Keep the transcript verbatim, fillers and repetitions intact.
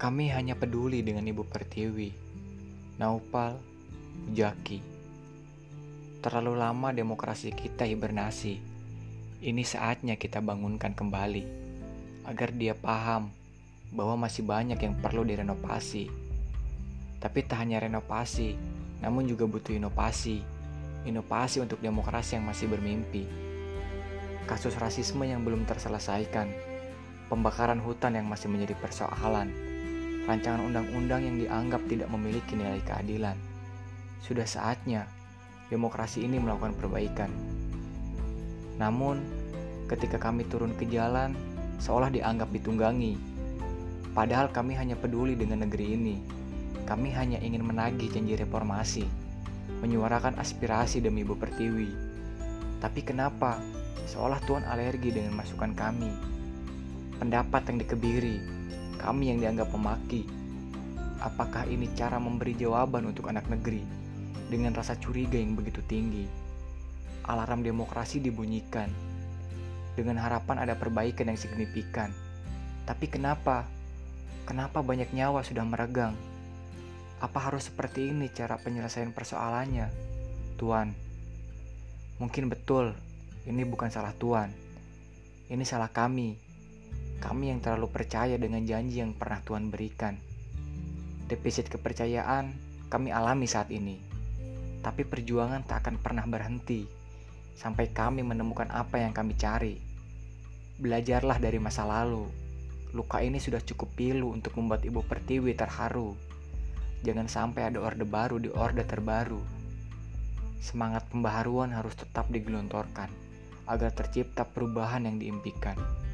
Kami hanya peduli dengan Ibu Pertiwi, Naupal, Jaki. Terlalu lama demokrasi kita hibernasi. Ini saatnya kita bangunkan kembali, agar dia paham bahwa masih banyak yang perlu direnovasi. Tapi tak hanya renovasi, namun juga butuh inovasi. Inovasi untuk demokrasi yang masih bermimpi. Kasus rasisme yang belum terselesaikan, pembakaran hutan yang masih menjadi persoalan, rancangan undang-undang yang dianggap tidak memiliki nilai keadilan. Sudah saatnya demokrasi ini melakukan perbaikan. Namun, ketika kami turun ke jalan, seolah dianggap ditunggangi. Padahal kami hanya peduli dengan negeri ini. Kami hanya ingin menagih janji reformasi, menyuarakan aspirasi demi Ibu Pertiwi. Tapi kenapa seolah Tuhan alergi dengan masukan kami? Pendapat yang dikebiri, kami yang dianggap memaki. Apakah ini cara memberi jawaban untuk anak negeri dengan rasa curiga yang begitu tinggi? Alarm demokrasi dibunyikan dengan harapan ada perbaikan yang signifikan. Tapi kenapa? Kenapa banyak nyawa sudah meregang? Apa harus seperti ini cara penyelesaian persoalannya, Tuan? Mungkin betul, ini bukan salah Tuan. Ini salah kami. Kami yang terlalu percaya dengan janji yang pernah Tuhan berikan. Defisit kepercayaan kami alami saat ini. Tapi perjuangan tak akan pernah berhenti sampai kami menemukan apa yang kami cari. Belajarlah dari masa lalu. Luka ini sudah cukup pilu untuk membuat Ibu Pertiwi terharu. Jangan sampai ada orde baru di orde terbaru. Semangat pembaharuan harus tetap digelontorkan agar tercipta perubahan yang diimpikan.